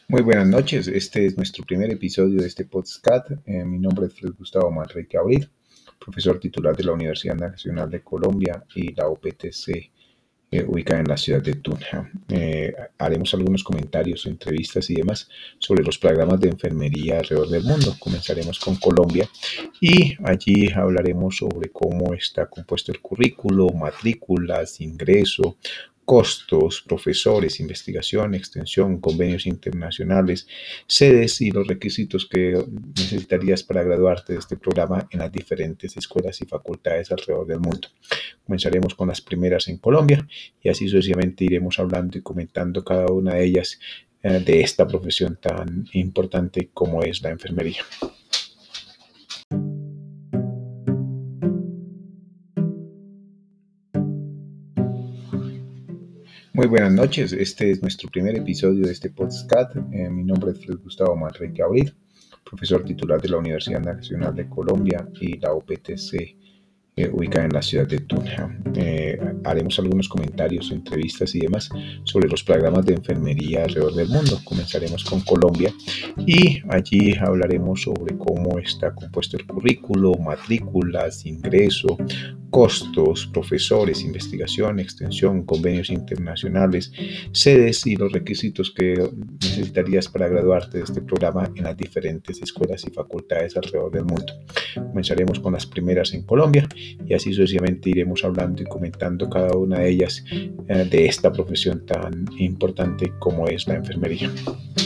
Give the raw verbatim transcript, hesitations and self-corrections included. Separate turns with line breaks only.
Muy buenas noches, este es nuestro primer episodio de este podcast. Eh, mi nombre es Fred Gustavo Manrique Abril, profesor titular de la Universidad Nacional de Colombia y la U P T C, eh, ubicada en la ciudad de Tunja. Eh, haremos algunos comentarios, entrevistas y demás sobre los programas de enfermería alrededor del mundo. Comenzaremos con Colombia y allí hablaremos sobre cómo está compuesto el currículo, matrículas, ingreso, costos, profesores, investigación, extensión, convenios internacionales, sedes y los requisitos que necesitarías para graduarte de este programa en las diferentes escuelas y facultades alrededor del mundo. Comenzaremos con las primeras en Colombia y así sucesivamente iremos hablando y comentando cada una de ellas eh, de esta profesión tan importante como es la enfermería. Muy buenas noches, este es nuestro primer episodio de este podcast. Eh, mi nombre es Fred Gustavo Manrique Abril, profesor titular de la Universidad Nacional de Colombia y la U P T C, eh, ubicada en la ciudad de Tunja. Eh, haremos algunos comentarios, entrevistas y demás sobre los programas de enfermería alrededor del mundo. Comenzaremos con Colombia y allí hablaremos sobre cómo está compuesto el currículo, matrículas, ingreso, costos, profesores, investigación, extensión, convenios internacionales, sedes y los requisitos que necesitarías para graduarte de este programa en las diferentes escuelas y facultades alrededor del mundo. Comenzaremos con las primeras en Colombia y así sucesivamente iremos hablando y comentando cada una de ellas eh, de esta profesión tan importante como es la enfermería.